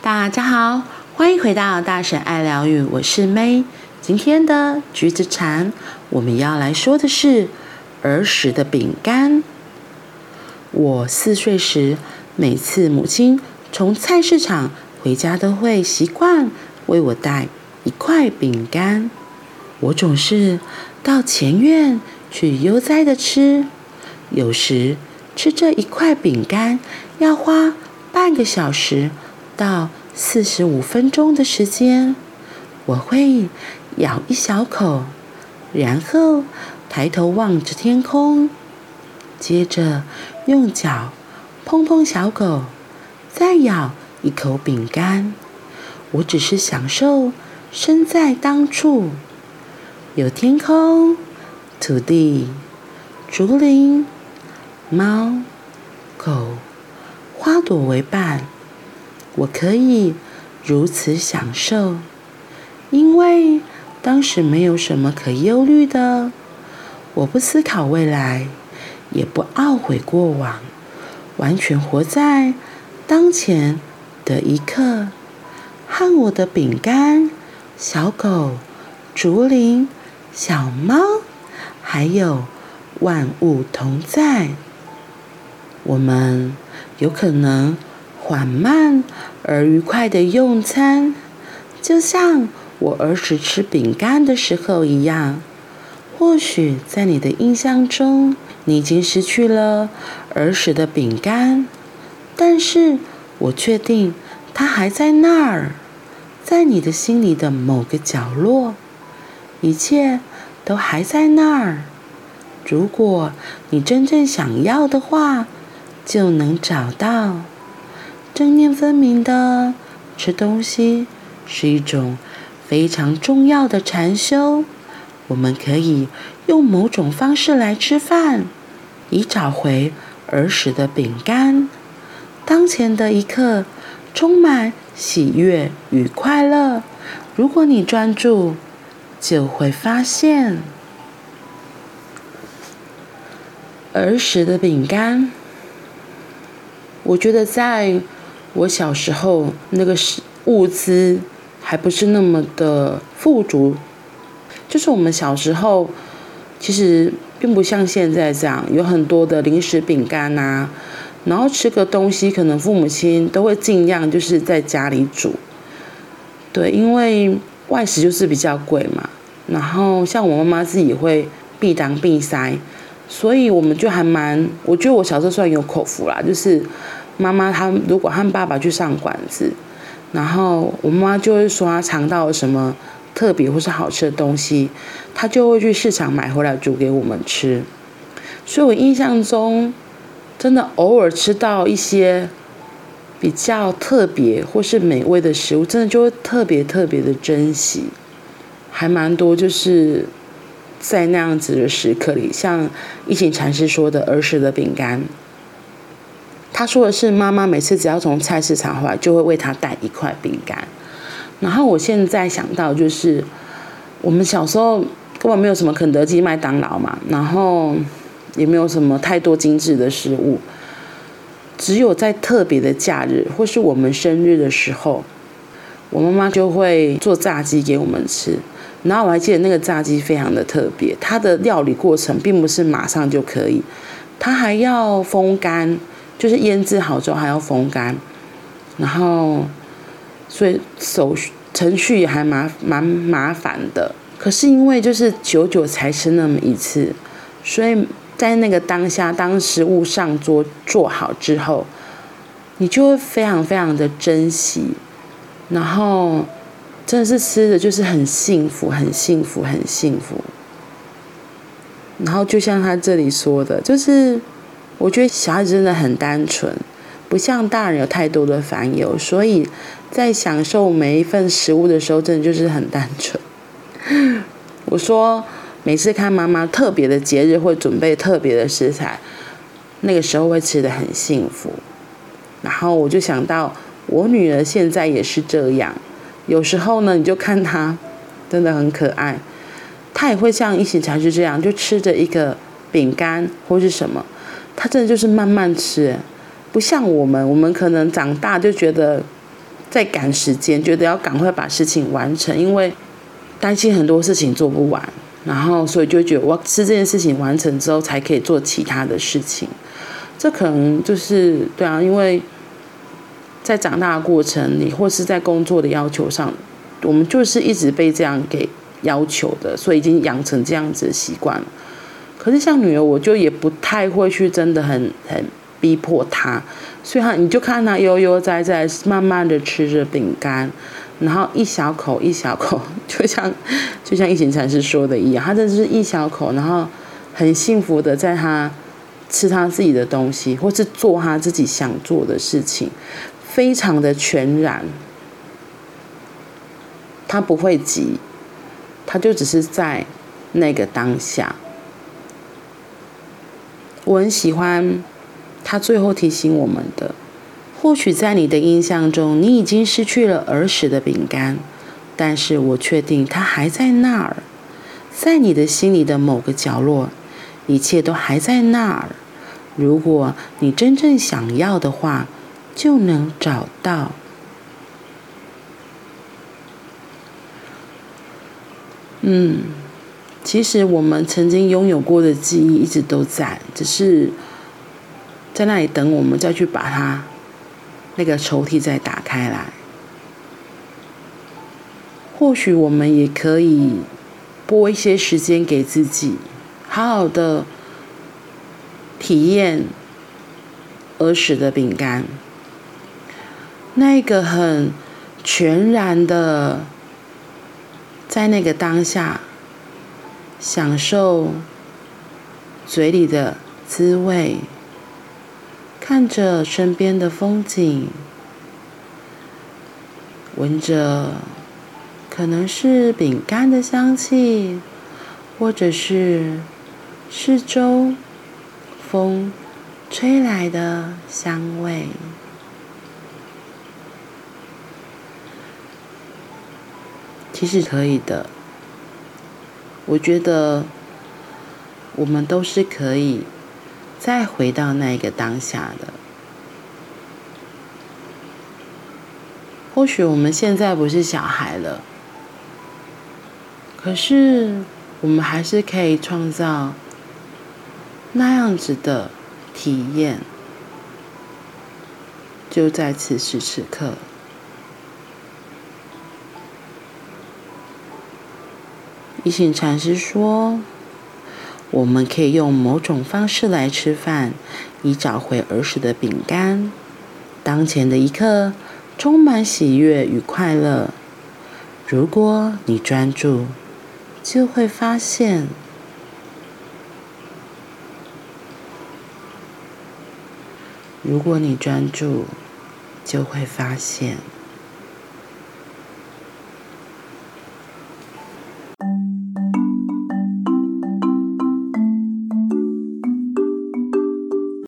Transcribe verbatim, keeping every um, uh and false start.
大家好，欢迎回到大婶爱疗愈，我是 May。今天的橘子禅，我们要来说的是儿时的饼干。我四岁时，每次母亲从菜市场回家都会习惯为我带一块饼干，我总是到前院去悠哉的吃。有时吃这一块饼干要花半个小时到四十五分钟的时间。我会咬一小口，然后抬头望着天空，接着用脚碰碰小狗，再咬一口饼干。我只是享受身在当处，有天空、土地、竹林、猫、狗、花朵为伴，我可以如此享受，因为当时没有什么可忧虑的。我不思考未来，也不懊悔过往，完全活在当前的一刻，和我的饼干、小狗、竹林、小猫，还有万物同在。我们有可能缓慢而愉快的用餐，就像我儿时吃饼干的时候一样。或许在你的印象中，你已经失去了儿时的饼干，但是我确定它还在那儿，在你的心里的某个角落，一切都还在那儿。如果你真正想要的话，就能找到。正念分明的吃东西是一种非常重要的禅修，我们可以用某种方式来吃饭，以找回儿时的饼干。当前的一刻充满喜悦与快乐，如果你专注，就会发现儿时的饼干。我觉得在我小时候，那个物资还不是那么的富足，就是我们小时候其实并不像现在这样有很多的零食饼干啊，然后吃个东西可能父母亲都会尽量就是在家里煮，对，因为外食就是比较贵嘛，然后像我妈妈自己会避当避塞，所以我们就还蛮，我觉得我小时候算有口福啦，就是妈妈她如果和爸爸去上馆子，然后我妈妈就会说她尝到了什么特别或是好吃的东西，她就会去市场买回来煮给我们吃。所以我印象中真的偶尔吃到一些比较特别或是美味的食物，真的就会特别特别的珍惜，还蛮多就是在那样子的时刻里，像一行禅师说的儿时的饼干，他说的是妈妈每次只要从菜市场回来就会为他带一块饼干。然后我现在想到就是我们小时候根本没有什么肯德基麦当劳嘛，然后也没有什么太多精致的食物，只有在特别的假日或是我们生日的时候，我妈妈就会做炸鸡给我们吃。然后我还记得那个炸鸡非常的特别，它的料理过程并不是马上就可以，它还要风干，就是腌制好之后还要风干，然后所以手程序也还蛮蛮麻烦的。可是因为就是久久才吃那么一次，所以在那个当下，当食物上桌做好之后，你就会非常非常的珍惜，然后真的是吃的就是很幸福很幸福很幸福。然后就像他这里说的，就是我觉得小孩子真的很单纯，不像大人有太多的烦忧，所以在享受每一份食物的时候真的就是很单纯。我说每次看妈妈特别的节日会准备特别的食材，那个时候会吃得很幸福。然后我就想到我女儿现在也是这样，有时候呢你就看她真的很可爱，她也会像一行禅师这样，就吃着一个饼干或是什么，她真的就是慢慢吃，不像我们我们可能长大就觉得在赶时间，觉得要赶快把事情完成，因为担心很多事情做不完，然后所以就觉得我要吃这件事情完成之后才可以做其他的事情。这可能就是对啊，因为在长大的过程里，或是在工作的要求上，我们就是一直被这样给要求的，所以已经养成这样子的习惯了。可是像女儿，我就也不太会去真的很很逼迫她，所以她你就看她悠悠哉哉慢慢的吃着饼干，然后一小口一小口，就像就像一行禅师说的一样，她真的是一小口，然后很幸福的在她吃她自己的东西，或是做她自己想做的事情，非常的全然。她不会急，她就只是在那个当下。我很喜欢他最后提醒我们的，或许在你的印象中，你已经失去了儿时的饼干，但是我确定它还在那儿，在你的心里的某个角落，一切都还在那儿。如果你真正想要的话，就能找到。嗯。其实我们曾经拥有过的记忆一直都在，只是在那里等我们再去把它那个抽屉再打开来。或许我们也可以拨一些时间给自己，好好的体验儿时的饼干，那个很全然的在那个当下享受嘴里的滋味，看着身边的风景，闻着可能是饼干的香气，或者是四周风吹来的香味。其实可以的，我觉得我们都是可以再回到那个当下的。或许我们现在不是小孩了，可是我们还是可以创造那样子的体验，就在此时此刻。一行禅师说，我们可以用某种方式来吃饭，以找回儿时的饼干。当前的一刻充满喜悦与快乐。如果你专注，就会发现。如果你专注，就会发现。